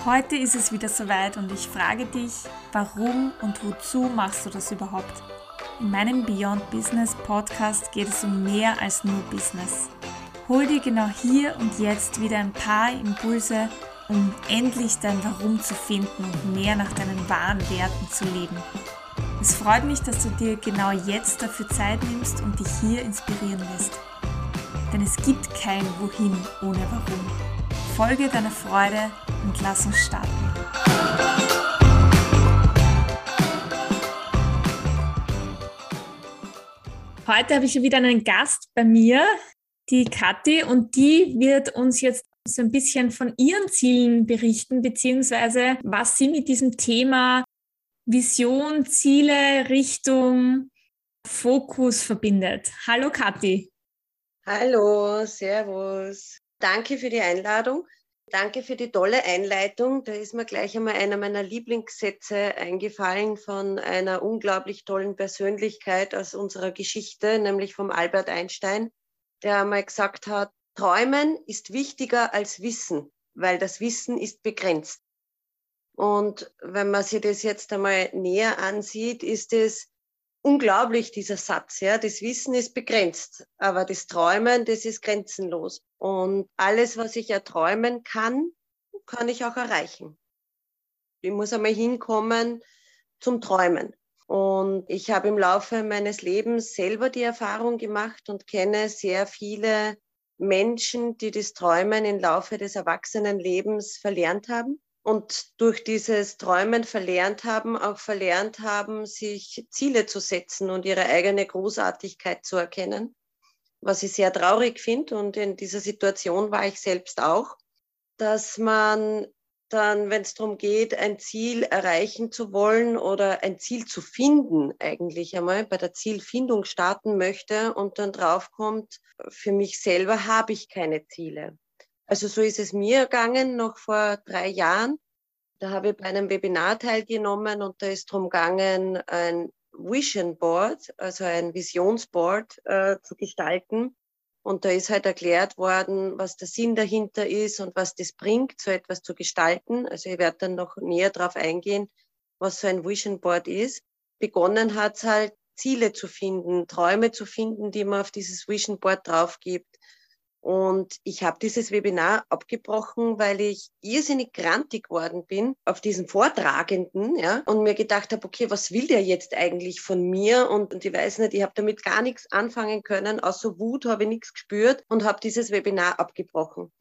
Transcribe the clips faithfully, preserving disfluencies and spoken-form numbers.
Heute ist es wieder soweit und ich frage dich, warum und wozu machst du das überhaupt? In meinem Beyond Business Podcast geht es um mehr als nur Business. Hol dir genau hier und jetzt wieder ein paar Impulse, um endlich dein Warum zu finden und mehr nach deinen wahren Werten zu leben. Es freut mich, dass du dir genau jetzt dafür Zeit nimmst und dich hier inspirieren lässt. Denn es gibt kein Wohin ohne Warum. Folge deiner Freude und lass uns starten. Heute habe ich wieder einen Gast bei mir, die Kathi, und die wird uns jetzt so ein bisschen von ihren Zielen berichten, beziehungsweise was sie mit diesem Thema Vision, Ziele, Richtung, Fokus verbindet. Hallo Kathi. Hallo, servus. Danke für die Einladung. Danke für die tolle Einleitung. Da ist mir gleich einmal einer meiner Lieblingssätze eingefallen von einer unglaublich tollen Persönlichkeit aus unserer Geschichte, nämlich vom Albert Einstein, der einmal gesagt hat, Träumen ist wichtiger als Wissen, weil das Wissen ist begrenzt. Und wenn man sich das jetzt einmal näher ansieht, ist es unglaublich, dieser Satz, ja. Das Wissen ist begrenzt, aber das Träumen, das ist grenzenlos. Und alles, was ich erträumen kann, kann ich auch erreichen. Ich muss einmal hinkommen zum Träumen. Und ich habe im Laufe meines Lebens selber die Erfahrung gemacht und kenne sehr viele Menschen, die das Träumen im Laufe des Erwachsenenlebens verlernt haben. Und durch dieses Träumen verlernt haben, auch verlernt haben, sich Ziele zu setzen und ihre eigene Großartigkeit zu erkennen, was ich sehr traurig finde. Und in dieser Situation war ich selbst auch, dass man dann, wenn es darum geht, ein Ziel erreichen zu wollen oder ein Ziel zu finden, eigentlich einmal bei der Zielfindung starten möchte und dann draufkommt, für mich selber habe ich keine Ziele. Also so ist es mir gegangen, noch vor drei Jahren. Da habe ich bei einem Webinar teilgenommen und da ist darum gegangen, ein Vision Board, also ein Visionsboard äh, zu gestalten. Und da ist halt erklärt worden, was der Sinn dahinter ist und was das bringt, so etwas zu gestalten. Also ich werde dann noch näher darauf eingehen, was so ein Vision Board ist. Begonnen hat es halt, Ziele zu finden, Träume zu finden, die man auf dieses Vision Board drauf gibt. Und ich habe dieses Webinar abgebrochen, weil ich irrsinnig grantig geworden bin auf diesen Vortragenden, ja, und mir gedacht habe, okay, was will der jetzt eigentlich von mir? Und, und ich weiß nicht, ich habe damit gar nichts anfangen können, außer Wut habe ich nichts gespürt und habe dieses Webinar abgebrochen.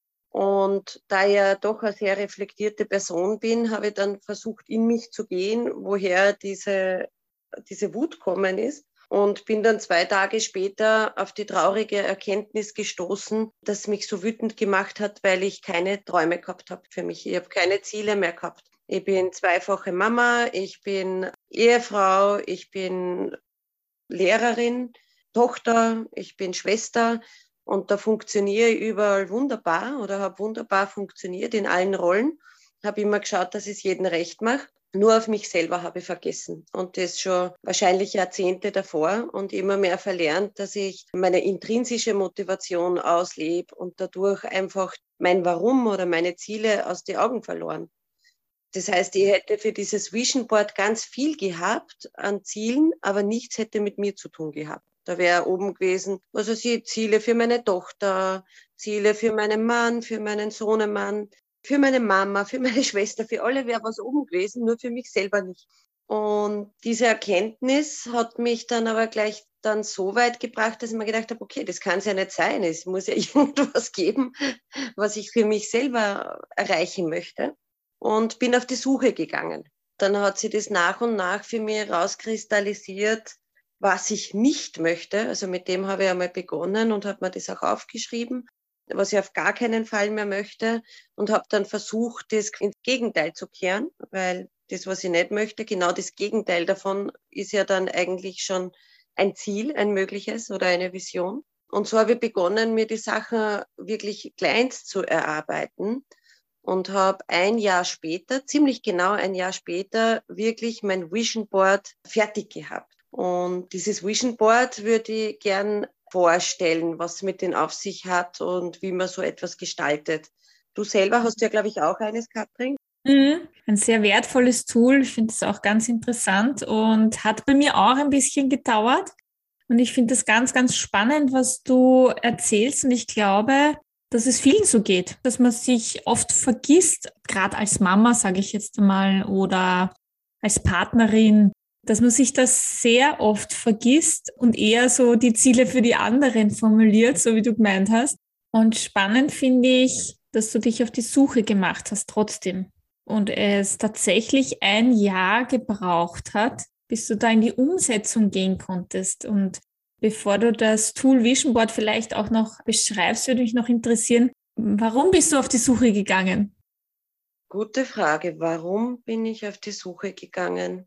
Und da ich ja doch eine sehr reflektierte Person bin, habe ich dann versucht, in mich zu gehen, woher diese, diese Wut kommen ist. Und bin dann zwei Tage später auf die traurige Erkenntnis gestoßen, dass mich so wütend gemacht hat, weil ich keine Träume gehabt habe für mich. Ich habe keine Ziele mehr gehabt. Ich bin zweifache Mama, ich bin Ehefrau, ich bin Lehrerin, Tochter, ich bin Schwester und da funktioniere ich überall wunderbar oder habe wunderbar funktioniert in allen Rollen. Habe immer geschaut, dass ich es jedem recht mache. Nur auf mich selber habe ich vergessen und das schon wahrscheinlich Jahrzehnte davor und immer mehr verlernt, dass ich meine intrinsische Motivation auslebe und dadurch einfach mein Warum oder meine Ziele aus den Augen verloren. Das heißt, ich hätte für dieses Vision Board ganz viel gehabt an Zielen, aber nichts hätte mit mir zu tun gehabt. Da wäre oben gewesen, was weiß ich, Ziele für meine Tochter, Ziele für meinen Mann, für meinen Sohnemann, für meine Mama, für meine Schwester, für alle wäre was oben gewesen, nur für mich selber nicht. Und diese Erkenntnis hat mich dann aber gleich dann so weit gebracht, dass ich mir gedacht habe, okay, das kann es ja nicht sein. Es muss ja irgendwas geben, was ich für mich selber erreichen möchte. Und bin auf die Suche gegangen. Dann hat sich das nach und nach für mich rauskristallisiert, was ich nicht möchte. Also mit dem habe ich einmal begonnen und habe mir das auch aufgeschrieben, was ich auf gar keinen Fall mehr möchte und habe dann versucht, das ins Gegenteil zu kehren, weil das, was ich nicht möchte, genau das Gegenteil davon ist ja dann eigentlich schon ein Ziel, ein mögliches oder eine Vision. Und so habe ich begonnen, mir die Sachen wirklich kleinst zu erarbeiten und habe ein Jahr später, ziemlich genau ein Jahr später, wirklich mein Vision Board fertig gehabt. Und dieses Vision Board würde ich gern vorstellen, was mit den auf sich hat und wie man so etwas gestaltet. Du selber hast ja, glaube ich, auch eines, Katrin. Mhm. Ein sehr wertvolles Tool. Ich finde es auch ganz interessant und hat bei mir auch ein bisschen gedauert. Und ich finde das ganz, ganz spannend, was du erzählst. Und ich glaube, dass es vielen so geht, dass man sich oft vergisst, gerade als Mama, sage ich jetzt einmal, oder als Partnerin, dass man sich das sehr oft vergisst und eher so die Ziele für die anderen formuliert, so wie du gemeint hast. Und spannend finde ich, dass du dich auf die Suche gemacht hast trotzdem. Und es tatsächlich ein Jahr gebraucht hat, bis du da in die Umsetzung gehen konntest. Und bevor du das Tool Vision Board vielleicht auch noch beschreibst, würde mich noch interessieren, warum bist du auf die Suche gegangen? Gute Frage. Warum bin ich auf die Suche gegangen?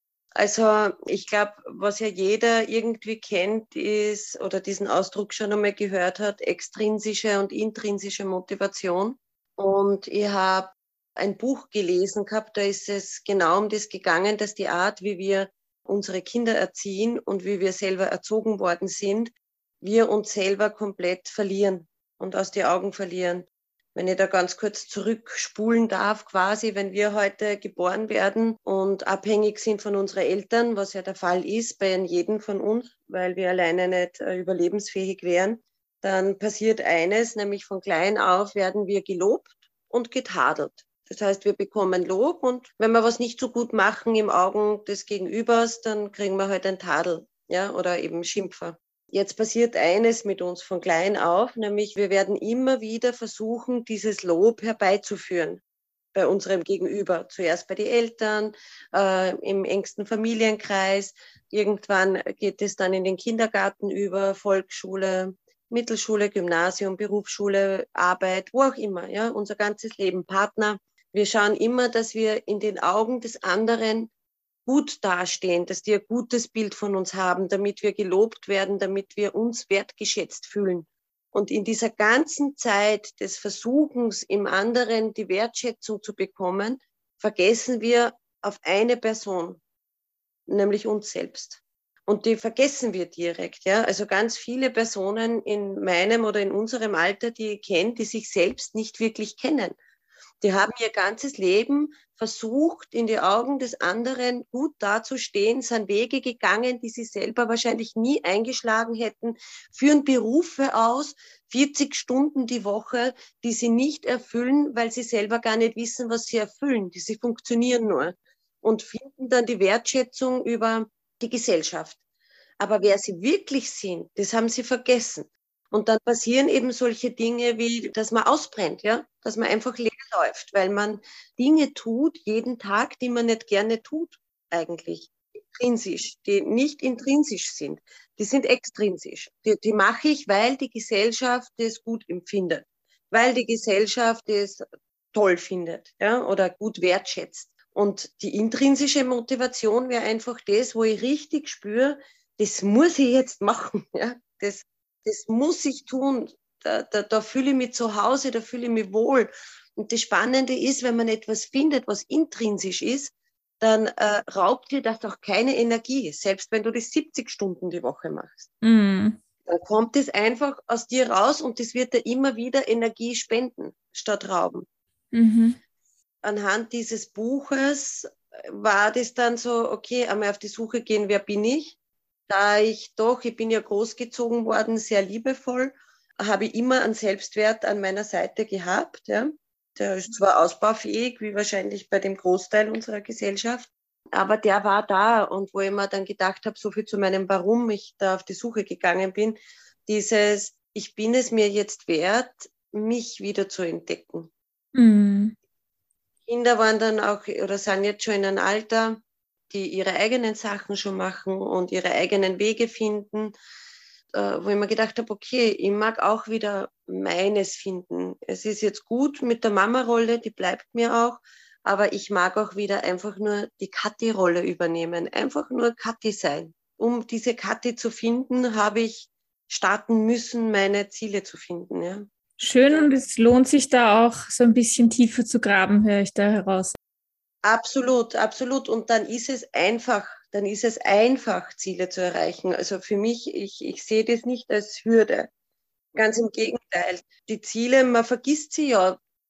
Also ich glaube, was ja jeder irgendwie kennt, ist oder diesen Ausdruck schon einmal gehört hat, extrinsische und intrinsische Motivation. Und ich habe ein Buch gelesen gehabt, da ist es genau um das gegangen, dass die Art, wie wir unsere Kinder erziehen und wie wir selber erzogen worden sind, wir uns selber komplett verlieren und aus die Augen verlieren. Wenn ich da ganz kurz zurückspulen darf, quasi, wenn wir heute geboren werden und abhängig sind von unseren Eltern, was ja der Fall ist bei jedem von uns, weil wir alleine nicht äh, überlebensfähig wären, dann passiert eines, nämlich von klein auf werden wir gelobt und getadelt. Das heißt, wir bekommen Lob und wenn wir was nicht so gut machen im Augen des Gegenübers, dann kriegen wir halt ein Tadel, ja, oder eben Schimpfer. Jetzt passiert eines mit uns von klein auf, nämlich wir werden immer wieder versuchen, dieses Lob herbeizuführen bei unserem Gegenüber. Zuerst bei den Eltern, äh, im engsten Familienkreis. Irgendwann geht es dann in den Kindergarten über, Volksschule, Mittelschule, Gymnasium, Berufsschule, Arbeit, wo auch immer, ja, unser ganzes Leben, Partner. Wir schauen immer, dass wir in den Augen des anderen gut dastehen, dass die ein gutes Bild von uns haben, damit wir gelobt werden, damit wir uns wertgeschätzt fühlen. Und in dieser ganzen Zeit des Versuchens, im anderen die Wertschätzung zu bekommen, vergessen wir auf eine Person, nämlich uns selbst. Und die vergessen wir direkt, ja. Also ganz viele Personen in meinem oder in unserem Alter, die ihr kennt, die sich selbst nicht wirklich kennen. Die haben ihr ganzes Leben versucht, in die Augen des anderen gut dazustehen, sind Wege gegangen, die sie selber wahrscheinlich nie eingeschlagen hätten, führen Berufe aus, vierzig Stunden die Woche, die sie nicht erfüllen, weil sie selber gar nicht wissen, was sie erfüllen. Die sie funktionieren nur und finden dann die Wertschätzung über die Gesellschaft. Aber wer sie wirklich sind, das haben sie vergessen. Und dann passieren eben solche Dinge wie, dass man ausbrennt, ja, dass man einfach leer läuft, weil man Dinge tut jeden Tag, die man nicht gerne tut, eigentlich. Intrinsisch, die nicht intrinsisch sind. Die sind extrinsisch. Die, die mache ich, weil die Gesellschaft das gut empfindet, weil die Gesellschaft es toll findet, ja, oder gut wertschätzt. Und die intrinsische Motivation wäre einfach das, wo ich richtig spüre, das muss ich jetzt machen, ja, das Das muss ich tun. Da, da, da fühle ich mich zu Hause, da fühle ich mich wohl. Und das Spannende ist, wenn man etwas findet, was intrinsisch ist, dann äh, raubt dir das auch keine Energie, selbst wenn du das siebzig Stunden die Woche machst. Mm. Dann kommt es einfach aus dir raus und das wird dir immer wieder Energie spenden, statt rauben. Mhm. Anhand dieses Buches war das dann so, okay, einmal auf die Suche gehen, wer bin ich? Da ich doch, ich bin ja großgezogen worden, sehr liebevoll, habe ich immer einen Selbstwert an meiner Seite gehabt. Ja. Der ist zwar ausbaufähig, wie wahrscheinlich bei dem Großteil unserer Gesellschaft, aber der war da. Und wo ich mir dann gedacht habe, so viel zu meinem Warum ich da auf die Suche gegangen bin, dieses, ich bin es mir jetzt wert, mich wieder zu entdecken. Mm. Kinder waren dann auch oder sind jetzt schon in einem Alter, die ihre eigenen Sachen schon machen und ihre eigenen Wege finden, äh, wo ich mir gedacht habe, okay, ich mag auch wieder meines finden. Es ist jetzt gut mit der Mama-Rolle, die bleibt mir auch, aber ich mag auch wieder einfach nur die Kathi-Rolle übernehmen, einfach nur Kathi sein. Um diese Kathi zu finden, habe ich starten müssen, meine Ziele zu finden. Ja. Schön, und es lohnt sich da auch so ein bisschen tiefer zu graben, höre ich da heraus. Absolut, absolut. Und dann ist es einfach, dann ist es einfach, Ziele zu erreichen. Also für mich, ich, ich sehe das nicht als Hürde. Ganz im Gegenteil. Die Ziele, man vergisst sie ja.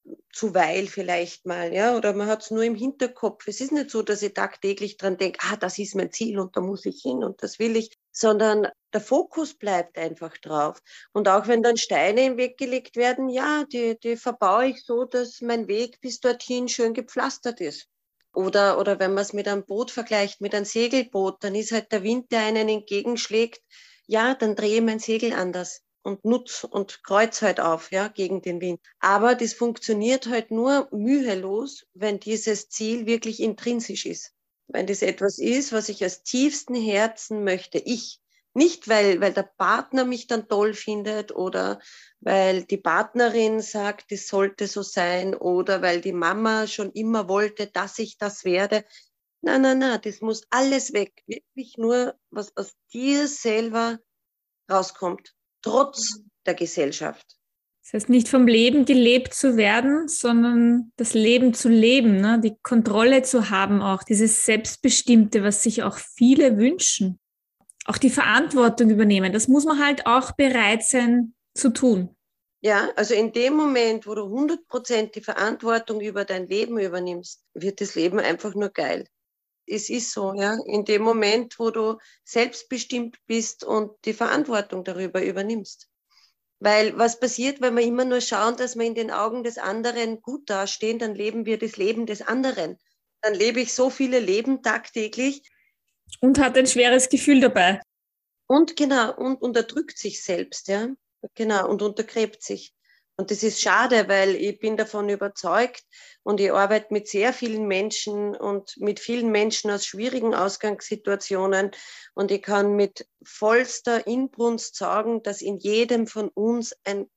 zuweil vielleicht mal, ja, oder man hat es nur im Hinterkopf. Es ist nicht so, dass ich tagtäglich dran denke, ah, das ist mein Ziel und da muss ich hin und das will ich, sondern der Fokus bleibt einfach drauf. Und auch wenn dann Steine im Weg gelegt werden, ja, die, die verbaue ich so, dass mein Weg bis dorthin schön gepflastert ist. Oder, oder wenn man es mit einem Boot vergleicht, mit einem Segelboot, dann ist halt der Wind, der einen entgegenschlägt, ja, dann drehe ich mein Segel anders und nutz und kreuz halt auf, ja, gegen den Wind. Aber das funktioniert halt nur mühelos, wenn dieses Ziel wirklich intrinsisch ist. Wenn das etwas ist, was ich aus tiefstem Herzen möchte, ich. Nicht, weil, weil der Partner mich dann toll findet oder weil die Partnerin sagt, es sollte so sein oder weil die Mama schon immer wollte, dass ich das werde. Nein, nein, nein, das muss alles weg. Wirklich nur, was aus dir selber rauskommt, trotz der Gesellschaft. Das heißt, nicht vom Leben gelebt zu werden, sondern das Leben zu leben, ne? Die Kontrolle zu haben auch, dieses Selbstbestimmte, was sich auch viele wünschen. Auch die Verantwortung übernehmen, das muss man halt auch bereit sein zu tun. Ja, also in dem Moment, wo du hundert Prozent die Verantwortung über dein Leben übernimmst, wird das Leben einfach nur geil. Es ist so, ja. In dem Moment, wo du selbstbestimmt bist und die Verantwortung darüber übernimmst. Weil was passiert, wenn wir immer nur schauen, dass wir in den Augen des anderen gut dastehen, dann leben wir das Leben des anderen. Dann lebe ich so viele Leben tagtäglich. Und hat ein schweres Gefühl dabei. Und genau, und unterdrückt sich selbst, ja. Genau, und untergräbt sich. Und das ist schade, weil ich bin davon überzeugt und ich arbeite mit sehr vielen Menschen und mit vielen Menschen aus schwierigen Ausgangssituationen und ich kann mit vollster Inbrunst sagen, dass in jedem von uns eine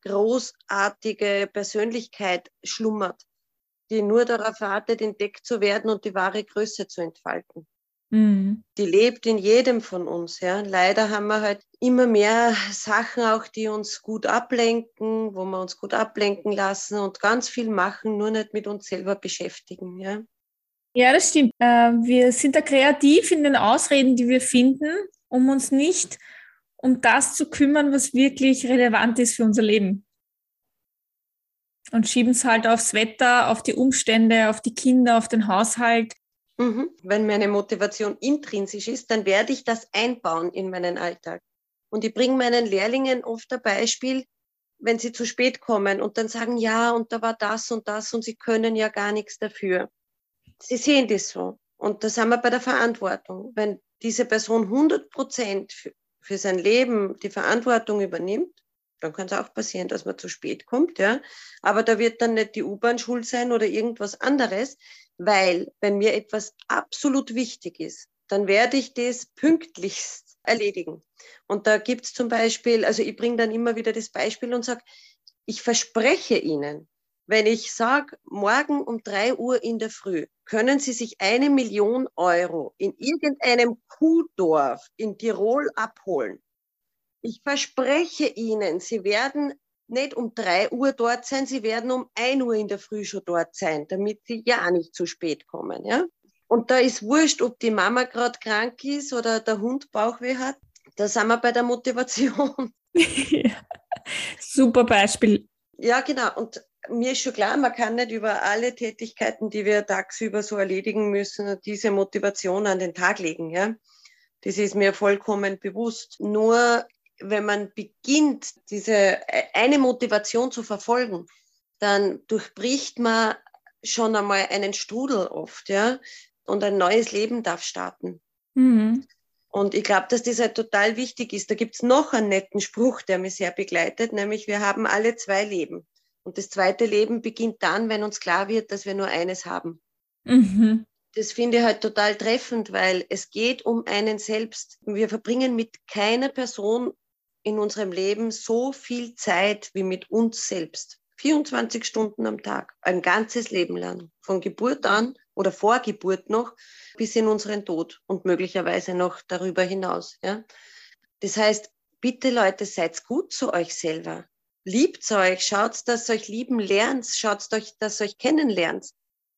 großartige Persönlichkeit schlummert, die nur darauf wartet, entdeckt zu werden und die wahre Größe zu entfalten. Mhm. Die lebt in jedem von uns. Ja. Leider haben wir halt immer mehr Sachen auch, die uns gut ablenken, wo wir uns gut ablenken lassen und ganz viel machen, nur nicht mit uns selber beschäftigen. Ja, ja, das stimmt. Wir sind da kreativ in den Ausreden, die wir finden, um uns nicht um das zu kümmern, was wirklich relevant ist für unser Leben. Und schieben es halt aufs Wetter, auf die Umstände, auf die Kinder, auf den Haushalt. Mhm. Wenn meine Motivation intrinsisch ist, dann werde ich das einbauen in meinen Alltag. Und ich bringe meinen Lehrlingen oft ein Beispiel, wenn sie zu spät kommen und dann sagen, ja, und da war das und das und sie können ja gar nichts dafür. Sie sehen das so. Und da sind wir bei der Verantwortung. Wenn diese Person hundert Prozent für, für sein Leben die Verantwortung übernimmt, dann kann es auch passieren, dass man zu spät kommt, ja. Aber da wird dann nicht die U-Bahn schuld sein oder irgendwas anderes, weil wenn mir etwas absolut wichtig ist, dann werde ich das pünktlichst erledigen. Und da gibt es zum Beispiel, also ich bringe dann immer wieder das Beispiel und sage, ich verspreche Ihnen, wenn ich sage, morgen um drei Uhr in der Früh können Sie sich eine Million Euro in irgendeinem Kuhdorf in Tirol abholen. Ich verspreche Ihnen, Sie werden nicht um drei Uhr dort sein, Sie werden um ein Uhr in der Früh schon dort sein, damit Sie ja nicht zu spät kommen. Ja? Und da ist wurscht, ob die Mama gerade krank ist oder der Hund Bauchweh hat. Da sind wir bei der Motivation. Ja, super Beispiel. Ja, genau. Und mir ist schon klar, man kann nicht über alle Tätigkeiten, die wir tagsüber so erledigen müssen, diese Motivation an den Tag legen. Ja? Das ist mir vollkommen bewusst. Nur wenn man beginnt, diese eine Motivation zu verfolgen, dann durchbricht man schon einmal einen Strudel oft, ja, und ein neues Leben darf starten. Mhm. Und ich glaube, dass das halt total wichtig ist. Da gibt's noch einen netten Spruch, der mich sehr begleitet, nämlich wir haben alle zwei Leben. Und das zweite Leben beginnt dann, wenn uns klar wird, dass wir nur eines haben. Mhm. Das finde ich halt total treffend, weil es geht um einen selbst. Wir verbringen mit keiner Person in unserem Leben so viel Zeit wie mit uns selbst. vierundzwanzig Stunden am Tag, ein ganzes Leben lang. Von Geburt an oder vor Geburt noch bis in unseren Tod und möglicherweise noch darüber hinaus. Ja? Das heißt, bitte Leute, seid gut zu euch selber. Liebt euch, schaut, dass ihr euch lieben lernt, schaut euch, dass ihr euch kennenlernt.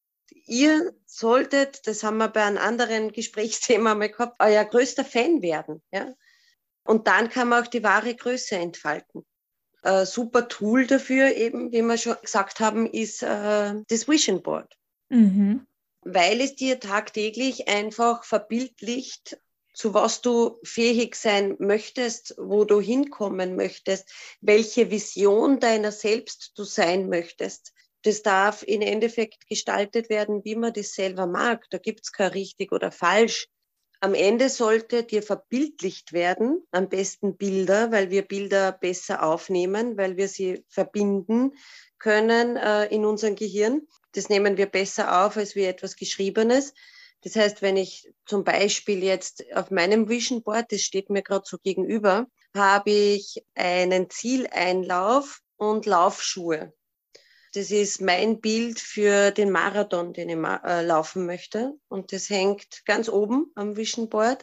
Ihr solltet, das haben wir bei einem anderen Gesprächsthema mal gehabt, euer größter Fan werden. Ja? Und dann kann man auch die wahre Größe entfalten. Ein super Tool dafür eben, wie wir schon gesagt haben, ist äh, das Vision Board. Mhm. Weil es dir tagtäglich einfach verbildlicht, zu was du fähig sein möchtest, wo du hinkommen möchtest, welche Vision deiner selbst du sein möchtest. Das darf im Endeffekt gestaltet werden, wie man das selber mag. Da gibt es kein richtig oder falsch. Am Ende sollte dir verbildlicht werden, am besten Bilder, weil wir Bilder besser aufnehmen, weil wir sie verbinden können äh, in unserem Gehirn. Das nehmen wir besser auf als wie etwas Geschriebenes. Das heißt, wenn ich zum Beispiel jetzt auf meinem Vision Board, das steht mir gerade so gegenüber, habe ich einen Zieleinlauf und Laufschuhe. Das ist mein Bild für den Marathon, den ich äh, laufen möchte. Und das hängt ganz oben am Vision Board.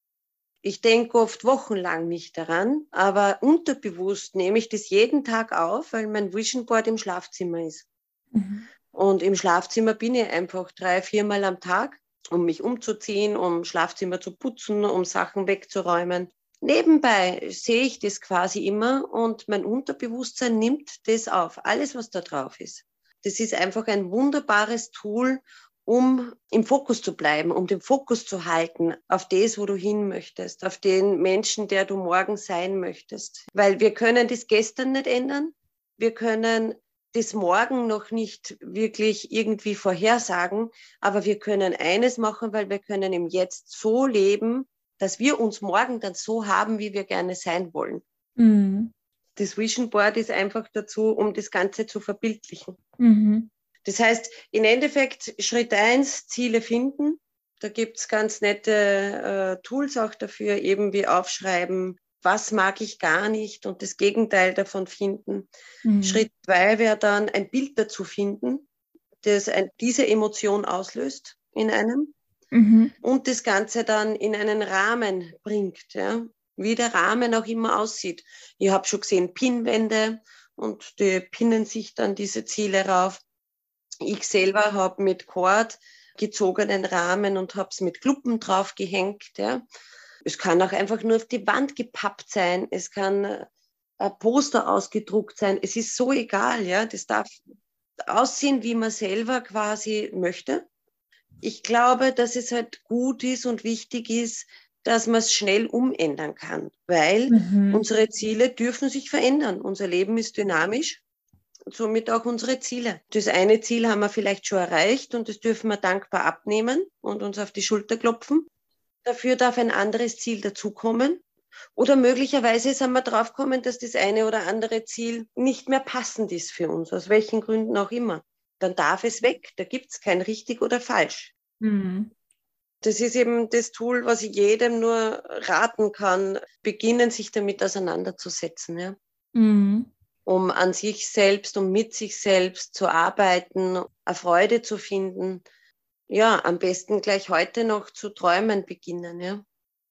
Ich denke oft wochenlang nicht daran, aber unterbewusst nehme ich das jeden Tag auf, weil mein Vision Board im Schlafzimmer ist. Mhm. Und im Schlafzimmer bin ich einfach drei, viermal am Tag, um mich umzuziehen, um Schlafzimmer zu putzen, um Sachen wegzuräumen. Nebenbei sehe ich das quasi immer und mein Unterbewusstsein nimmt das auf, alles, was da drauf ist. Das ist einfach ein wunderbares Tool, um im Fokus zu bleiben, um den Fokus zu halten auf das, wo du hin möchtest, auf den Menschen, der du morgen sein möchtest. Weil wir können das gestern nicht ändern, wir können das morgen noch nicht wirklich irgendwie vorhersagen, aber wir können eines machen, weil wir können im Jetzt so leben, dass wir uns morgen dann so haben, wie wir gerne sein wollen. Mhm. Das Vision Board ist einfach dazu, um das Ganze zu verbildlichen. Mhm. Das heißt, im Endeffekt Schritt eins, Ziele finden. Da gibt's ganz nette äh, Tools auch dafür, eben wie aufschreiben, was mag ich gar nicht und das Gegenteil davon finden. Mhm. Schritt zwei wäre dann ein Bild dazu finden, das ein, diese Emotion auslöst in einem. Mhm. Und das Ganze dann in einen Rahmen bringt, ja, wie der Rahmen auch immer aussieht. Ich habe schon gesehen Pinnwände und die pinnen sich dann diese Ziele rauf. Ich selber habe mit Cord gezogenen Rahmen und habe es mit Kluppen drauf gehängt. Ja. Es kann auch einfach nur auf die Wand gepappt sein. Es kann ein Poster ausgedruckt sein. Es ist so egal. Ja. Das darf aussehen, wie man selber quasi möchte. Ich glaube, dass es halt gut ist und wichtig ist, dass man es schnell umändern kann, weil mhm. unsere Ziele dürfen sich verändern. Unser Leben ist dynamisch, somit auch unsere Ziele. Das eine Ziel haben wir vielleicht schon erreicht und das dürfen wir dankbar abnehmen und uns auf die Schulter klopfen. Dafür darf ein anderes Ziel dazukommen. Oder möglicherweise sind wir draufgekommen, dass das eine oder andere Ziel nicht mehr passend ist für uns, aus welchen Gründen auch immer. Dann darf es weg. Da gibt es kein richtig oder falsch. Mhm. Das ist eben das Tool, was ich jedem nur raten kann, beginnen, sich damit auseinanderzusetzen, ja. Mhm. Um an sich selbst, um mit sich selbst zu arbeiten, eine Freude zu finden. Ja, am besten gleich heute noch zu träumen beginnen, ja.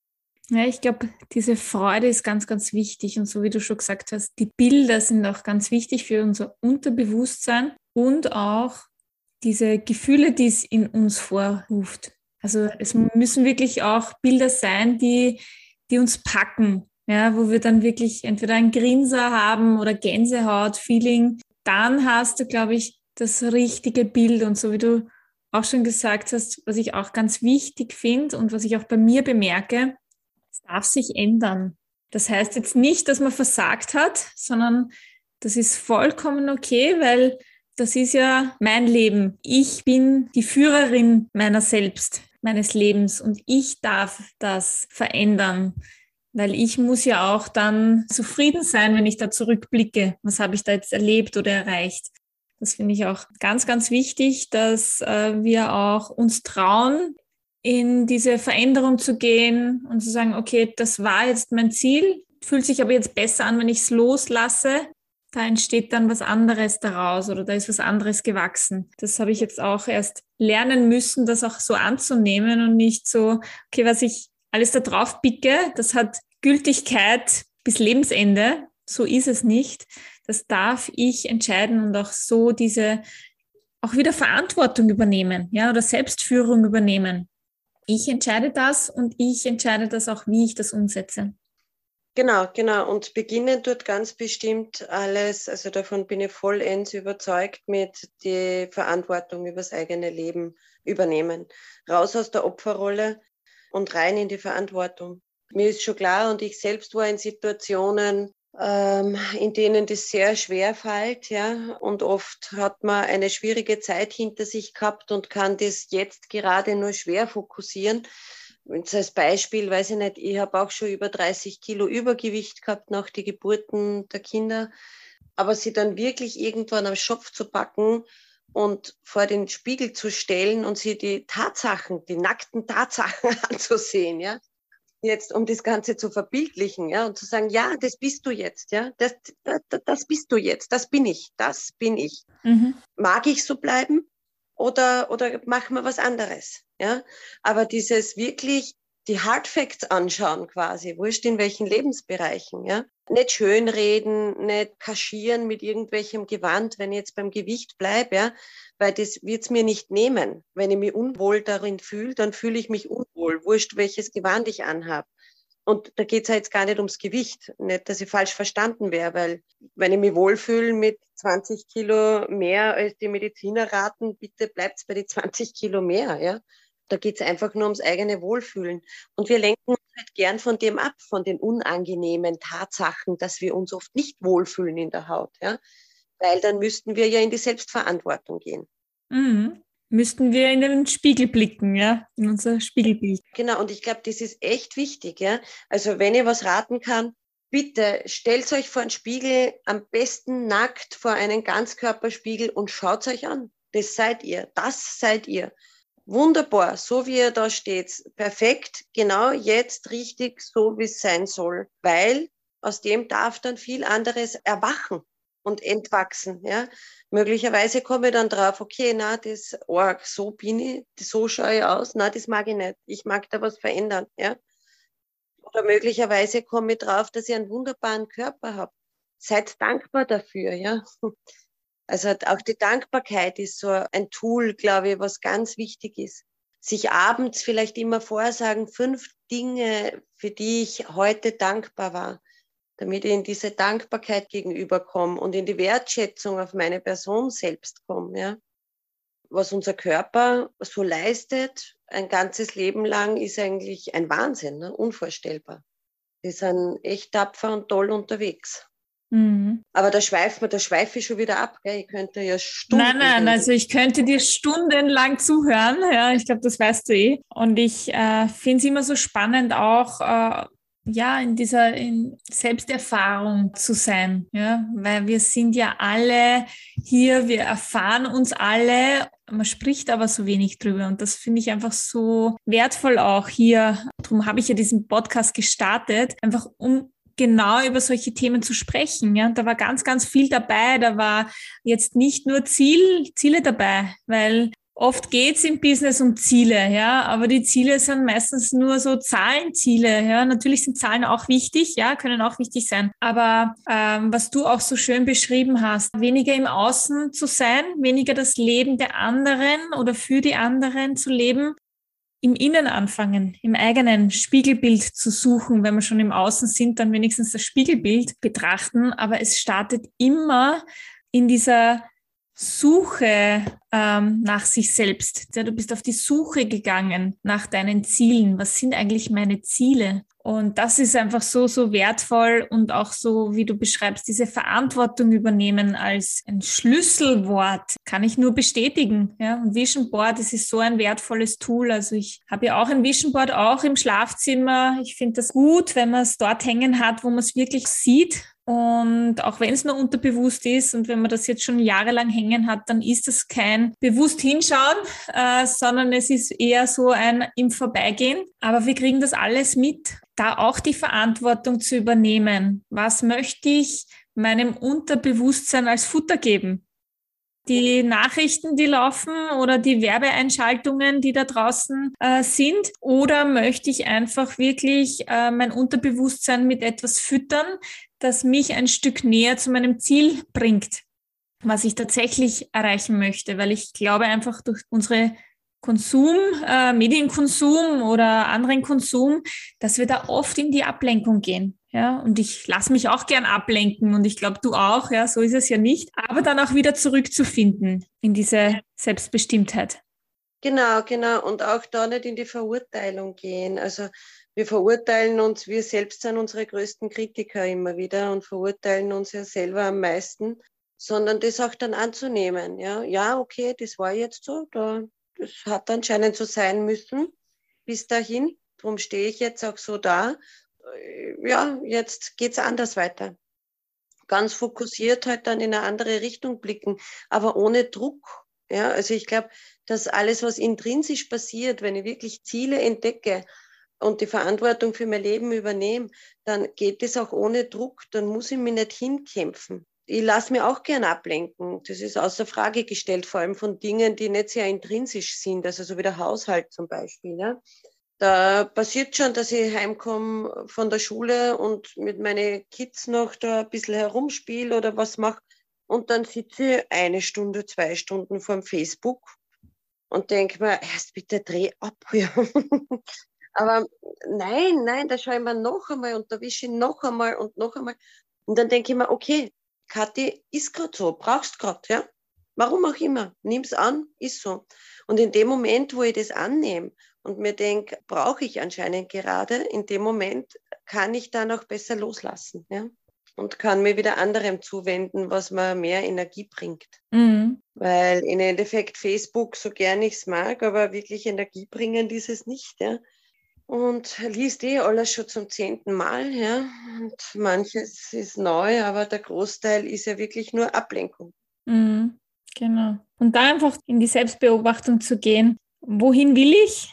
Ja, ich glaube, diese Freude ist ganz, ganz wichtig. Und so wie du schon gesagt hast, die Bilder sind auch ganz wichtig für unser Unterbewusstsein und auch diese Gefühle, die es in uns vorruft. Also es müssen wirklich auch Bilder sein, die, die uns packen, ja, wo wir dann wirklich entweder ein Grinser haben oder Gänsehaut-Feeling. Dann hast du, glaube ich, das richtige Bild. Und so wie du auch schon gesagt hast, was ich auch ganz wichtig finde und was ich auch bei mir bemerke, es darf sich ändern. Das heißt jetzt nicht, dass man versagt hat, sondern das ist vollkommen okay, weil das ist ja mein Leben. Ich bin die Führerin meiner selbst, meines Lebens und ich darf das verändern, weil ich muss ja auch dann zufrieden sein, wenn ich da zurückblicke. Was habe ich da jetzt erlebt oder erreicht? Das finde ich auch ganz, ganz wichtig, dass äh, wir auch uns trauen, in diese Veränderung zu gehen und zu sagen, okay, das war jetzt mein Ziel, fühlt sich aber jetzt besser an, wenn ich es loslasse. Da entsteht dann was anderes daraus oder da ist was anderes gewachsen. Das habe ich jetzt auch erst lernen müssen, das auch so anzunehmen und nicht so, okay, was ich alles da drauf picke, das hat Gültigkeit bis Lebensende. So ist es nicht. Das darf ich entscheiden und auch so diese, auch wieder Verantwortung übernehmen, ja, oder Selbstführung übernehmen. Ich entscheide das und ich entscheide das auch, wie ich das umsetze. Genau, genau. Und beginnen tut ganz bestimmt alles, also davon bin ich vollends überzeugt, mit die Verantwortung über das eigene Leben übernehmen. Raus aus der Opferrolle und rein in die Verantwortung. Mir ist schon klar, und ich selbst war in Situationen, ähm, in denen das sehr schwer fällt, ja. Und oft hat man eine schwierige Zeit hinter sich gehabt und kann das jetzt gerade nur schwer fokussieren. Jetzt als Beispiel, weiß ich nicht, ich habe auch schon über dreißig Kilo Übergewicht gehabt nach den Geburten der Kinder, aber sie dann wirklich irgendwann am Schopf zu packen und vor den Spiegel zu stellen und sie die Tatsachen, die nackten Tatsachen anzusehen, ja, jetzt um das Ganze zu verbildlichen, ja, und zu sagen, ja, das bist du jetzt, ja, das, das, das bist du jetzt, das bin ich, das bin ich. Mhm. Mag ich so bleiben? Oder, oder machen wir was anderes, ja? Aber dieses wirklich die Hard Facts anschauen quasi, wurscht in welchen Lebensbereichen, ja? Nicht schönreden, nicht kaschieren mit irgendwelchem Gewand, wenn ich jetzt beim Gewicht bleibe, ja? Weil das wird's mir nicht nehmen. Wenn ich mich unwohl darin fühle, dann fühle ich mich unwohl, wurscht welches Gewand ich anhabe. Und da geht's ja jetzt gar nicht ums Gewicht. Nicht, dass ich falsch verstanden wäre, weil wenn ich mich wohlfühle mit zwanzig Kilo mehr als die Mediziner raten, bitte bleibt's bei den zwanzig Kilo mehr. Ja? Da geht's einfach nur ums eigene Wohlfühlen. Und wir lenken uns halt gern von dem ab, von den unangenehmen Tatsachen, dass wir uns oft nicht wohlfühlen in der Haut. Ja? Weil dann müssten wir ja in die Selbstverantwortung gehen. Mhm. Müssten wir in den Spiegel blicken, ja, in unser Spiegelbild. Genau, und ich glaube, das ist echt wichtig, ja. Also wenn ihr was raten kann, bitte stellt euch vor einen Spiegel, am besten nackt vor einen Ganzkörperspiegel und schaut euch an. Das seid ihr, das seid ihr. Wunderbar, so wie ihr da steht, perfekt, genau jetzt richtig, so wie es sein soll, weil aus dem darf dann viel anderes erwachen und entwachsen, ja. Möglicherweise komme ich dann drauf, okay, na, das arg, so bin ich, so schaue ich aus, na, das mag ich nicht. Ich mag da was verändern, ja. Oder möglicherweise komme ich drauf, dass ich einen wunderbaren Körper habe. Seid dankbar dafür, ja. Also auch die Dankbarkeit ist so ein Tool, glaube ich, was ganz wichtig ist. Sich abends vielleicht immer vorsagen, fünf Dinge, für die ich heute dankbar war, damit ich in diese Dankbarkeit gegenüberkomme und in die Wertschätzung auf meine Person selbst komme, ja. Was unser Körper so leistet, ein ganzes Leben lang, ist eigentlich ein Wahnsinn, ne? Unvorstellbar. Wir sind echt tapfer und toll unterwegs. Mhm. Aber da schweift man, da schweife ich schon wieder ab, gell? Ich könnte ja Stunden... Nein, nein, also ich könnte dir stundenlang zuhören, ja, ich glaube, das weißt du eh. Und ich äh, finde es immer so spannend auch, äh, ja, in dieser in Selbsterfahrung zu sein, ja, weil wir sind ja alle hier, wir erfahren uns alle, man spricht aber so wenig drüber und das finde ich einfach so wertvoll auch hier. Darum habe ich ja diesen Podcast gestartet, einfach um genau über solche Themen zu sprechen. Ja, und da war ganz, ganz viel dabei. Da war jetzt nicht nur Ziel, Ziele dabei, weil oft geht's im Business um Ziele, ja, aber die Ziele sind meistens nur so Zahlenziele, ja. Natürlich sind Zahlen auch wichtig, ja, können auch wichtig sein. Aber ähm, was du auch so schön beschrieben hast, weniger im Außen zu sein, weniger das Leben der anderen oder für die anderen zu leben, im Innen anfangen, im eigenen Spiegelbild zu suchen. Wenn wir schon im Außen sind, dann wenigstens das Spiegelbild betrachten. Aber es startet immer in dieser Suche ähm, nach sich selbst. Ja, du bist auf die Suche gegangen nach deinen Zielen. Was sind eigentlich meine Ziele? Und das ist einfach so, so wertvoll und auch so, wie du beschreibst, diese Verantwortung übernehmen als ein Schlüsselwort, kann ich nur bestätigen. Ja, und Vision Board, das ist so ein wertvolles Tool. Also ich habe ja auch ein Vision Board, auch im Schlafzimmer. Ich finde das gut, wenn man es dort hängen hat, wo man es wirklich sieht. Und auch wenn es nur unterbewusst ist und wenn man das jetzt schon jahrelang hängen hat, dann ist das kein bewusst hinschauen, äh, sondern es ist eher so ein im Vorbeigehen. Aber wir kriegen das alles mit, da auch die Verantwortung zu übernehmen. Was möchte ich meinem Unterbewusstsein als Futter geben? Die Nachrichten, die laufen oder die Werbeeinschaltungen, die da draußen äh, sind? Oder möchte ich einfach wirklich äh, mein Unterbewusstsein mit etwas füttern, das mich ein Stück näher zu meinem Ziel bringt, was ich tatsächlich erreichen möchte? Weil ich glaube einfach durch unsere Konsum, äh, Medienkonsum oder anderen Konsum, dass wir da oft in die Ablenkung gehen. Ja, und ich lasse mich auch gern ablenken und ich glaube, du auch, ja, so ist es ja nicht, aber dann auch wieder zurückzufinden in diese Selbstbestimmtheit. Genau, genau. Und auch da nicht in die Verurteilung gehen. Also wir verurteilen uns, wir selbst sind unsere größten Kritiker immer wieder und verurteilen uns ja selber am meisten, sondern das auch dann anzunehmen. Ja, ja, okay, das war jetzt so, da, das hat anscheinend so sein müssen bis dahin. Darum stehe ich jetzt auch so da. Ja, jetzt geht's anders weiter. Ganz fokussiert halt dann in eine andere Richtung blicken, aber ohne Druck. Ja, also ich glaube, dass alles, was intrinsisch passiert, wenn ich wirklich Ziele entdecke und die Verantwortung für mein Leben übernehme, dann geht es auch ohne Druck, dann muss ich mich nicht hinkämpfen. Ich lasse mich auch gern ablenken. Das ist außer Frage gestellt, vor allem von Dingen, die nicht sehr intrinsisch sind, also so wie der Haushalt zum Beispiel. Ja. Da passiert schon, dass ich heimkomme von der Schule und mit meinen Kids noch da ein bisschen herumspiele oder was mache. Und dann sitze ich eine Stunde, zwei Stunden vorm Facebook und denke mir, erst bitte dreh ab. Ja. Aber nein, nein, da schaue ich mir noch einmal und da wische ich noch einmal und noch einmal. Und dann denke ich mir, okay, Kathi, ist gerade so, brauchst gerade, ja. Warum auch immer, nimm's an, ist so. Und in dem Moment, wo ich das annehme und mir denke, brauche ich anscheinend gerade, in dem Moment kann ich dann auch besser loslassen, ja. Und kann mir wieder anderem zuwenden, was mir mehr Energie bringt. Mhm. Weil im Endeffekt Facebook, so gern ich es mag, aber wirklich energiebringend ist es nicht, ja. Und liest eh alles schon zum zehnten Mal, ja. Und manches ist neu, aber der Großteil ist ja wirklich nur Ablenkung. Mhm. Genau. Und da einfach in die Selbstbeobachtung zu gehen. Wohin will ich?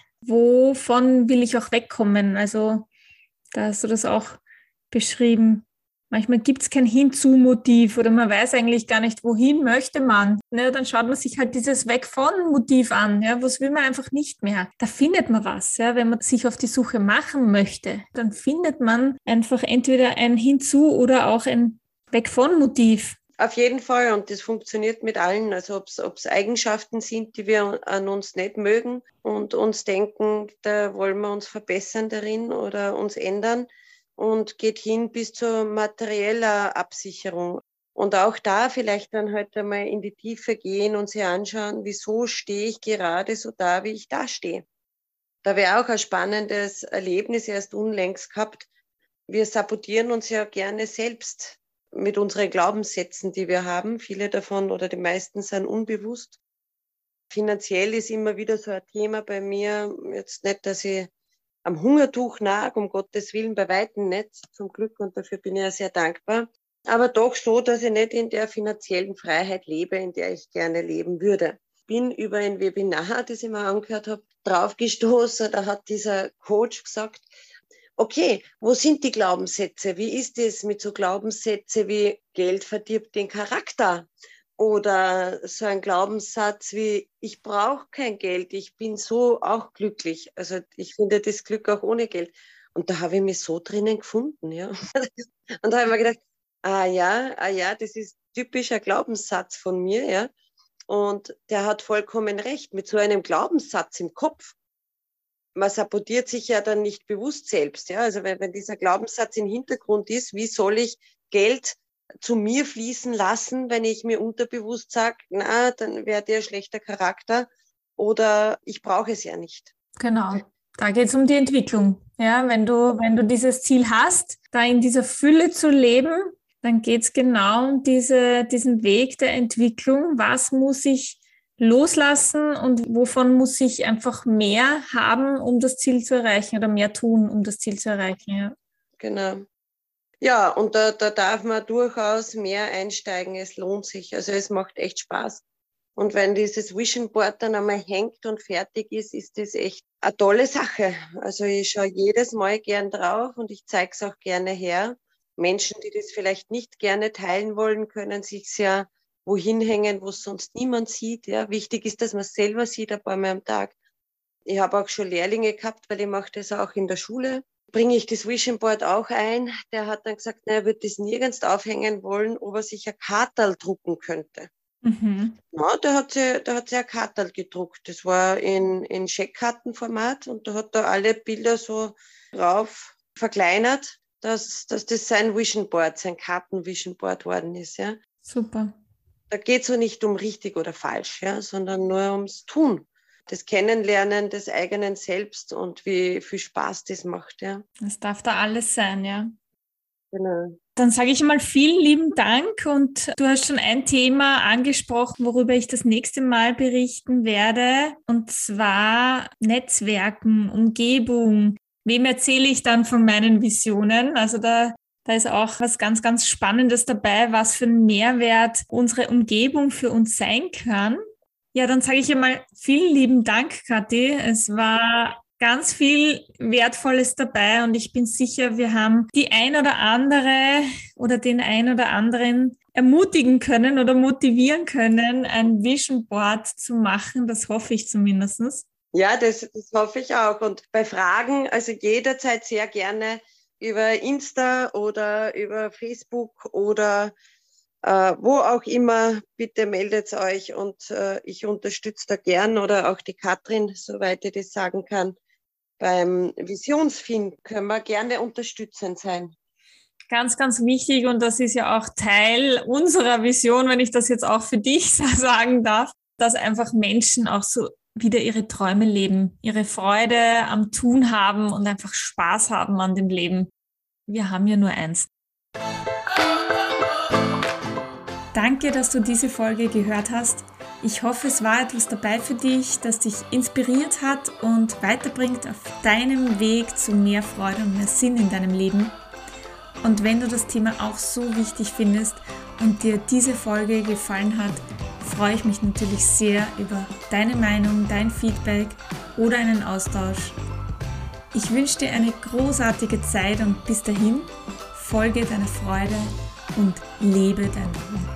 Wovon will ich auch wegkommen? Also da hast du das auch beschrieben. Manchmal gibt es kein Hinzu-Motiv oder man weiß eigentlich gar nicht, wohin möchte man. Ne, dann schaut man sich halt dieses Weg von Motiv an. Ja, was will man einfach nicht mehr? Da findet man was. Ja, wenn man sich auf die Suche machen möchte, dann findet man einfach entweder ein Hinzu oder auch ein Weg von Motiv. Auf jeden Fall, und das funktioniert mit allen. Also ob es Eigenschaften sind, die wir an uns nicht mögen und uns denken, da wollen wir uns verbessern darin oder uns ändern, und geht hin bis zur materieller Absicherung. Und auch da vielleicht dann halt einmal in die Tiefe gehen und sich anschauen, wieso stehe ich gerade so da, wie ich da stehe. Da wäre auch ein spannendes Erlebnis erst unlängst gehabt. Wir sabotieren uns ja gerne selbst mit unseren Glaubenssätzen, die wir haben. Viele davon oder die meisten sind unbewusst. Finanziell ist immer wieder so ein Thema bei mir. Jetzt nicht, dass ich am Hungertuch nag, um Gottes Willen, bei Weitem nicht, zum Glück, und dafür bin ich ja sehr dankbar. Aber doch so, dass ich nicht in der finanziellen Freiheit lebe, in der ich gerne leben würde. Bin über ein Webinar, das ich mir angehört habe, draufgestoßen. Da hat dieser Coach gesagt, okay, wo sind die Glaubenssätze? Wie ist es mit so Glaubenssätzen wie Geld verdirbt den Charakter? Oder so ein Glaubenssatz wie, ich brauche kein Geld, ich bin so auch glücklich. Also ich finde das Glück auch ohne Geld. Und da habe ich mich so drinnen gefunden, ja. Und da habe ich mir gedacht, ah ja, ah ja, das ist typischer Glaubenssatz von mir, ja. Und der hat vollkommen recht, mit so einem Glaubenssatz im Kopf. Man sabotiert sich ja dann nicht bewusst selbst, ja. Also wenn, wenn dieser Glaubenssatz im Hintergrund ist, wie soll ich Geld zu mir fließen lassen, wenn ich mir unterbewusst sage, na, dann wäre der schlechter Charakter oder ich brauche es ja nicht. Genau. Da geht es um die Entwicklung. Ja, wenn du, wenn du dieses Ziel hast, da in dieser Fülle zu leben, dann geht es genau um diese, diesen Weg der Entwicklung. Was muss ich loslassen und wovon muss ich einfach mehr haben, um das Ziel zu erreichen, oder mehr tun, um das Ziel zu erreichen? Ja. Genau. Ja, und da, da darf man durchaus mehr einsteigen. Es lohnt sich. Also es macht echt Spaß. Und wenn dieses Vision Board dann einmal hängt und fertig ist, ist das echt eine tolle Sache. Also ich schaue jedes Mal gern drauf und ich zeige es auch gerne her. Menschen, die das vielleicht nicht gerne teilen wollen, können sich's ja wohin hängen, wo es sonst niemand sieht. Ja, wichtig ist, dass man es selber sieht, ein paar Mal am Tag. Ich habe auch schon Lehrlinge gehabt, weil ich mache das auch in der Schule. Bringe ich das Vision Board auch ein. Der hat dann gesagt, na, er würde das nirgends aufhängen wollen, ob er sich ein Kartal drucken könnte. Mhm. Ja, da hat sie, da hat sie ein Kartal gedruckt. Das war in, in Scheckkartenformat und da hat er alle Bilder so drauf verkleinert, dass, dass das sein Vision Board, sein Karten-Vision Board worden ist. Ja? Super. Da geht es so nicht um richtig oder falsch, ja, sondern nur ums Tun. Das Kennenlernen des eigenen Selbst und wie viel Spaß das macht. Ja. Das darf da alles sein, ja. Genau. Dann sage ich mal vielen lieben Dank und du hast schon ein Thema angesprochen, worüber ich das nächste Mal berichten werde, und zwar Netzwerken, Umgebung. Wem erzähle ich dann von meinen Visionen? Also da, da ist auch was ganz, ganz Spannendes dabei, was für einen Mehrwert unsere Umgebung für uns sein kann. Ja, dann sage ich einmal vielen lieben Dank, Kathi. Es war ganz viel Wertvolles dabei und ich bin sicher, wir haben die ein oder andere oder den ein oder anderen ermutigen können oder motivieren können, ein Vision Board zu machen. Das hoffe ich zumindest. Ja, das, das hoffe ich auch. Und bei Fragen, also jederzeit sehr gerne über Insta oder über Facebook oder äh, wo auch immer, bitte meldet euch und äh, ich unterstütze da gern oder auch die Katrin, soweit ich das sagen kann. Beim Visionsfinden können wir gerne unterstützend sein. Ganz, ganz wichtig, und das ist ja auch Teil unserer Vision, wenn ich das jetzt auch für dich sagen darf, dass einfach Menschen auch so wieder ihre Träume leben, ihre Freude am Tun haben und einfach Spaß haben an dem Leben. Wir haben ja nur eins. Danke, dass du diese Folge gehört hast. Ich hoffe, es war etwas dabei für dich, das dich inspiriert hat und weiterbringt auf deinem Weg zu mehr Freude und mehr Sinn in deinem Leben. Und wenn du das Thema auch so wichtig findest und dir diese Folge gefallen hat, freue ich mich natürlich sehr über deine Meinung, dein Feedback oder einen Austausch. Ich wünsche dir eine großartige Zeit und bis dahin, folge deiner Freude und lebe dein Traum.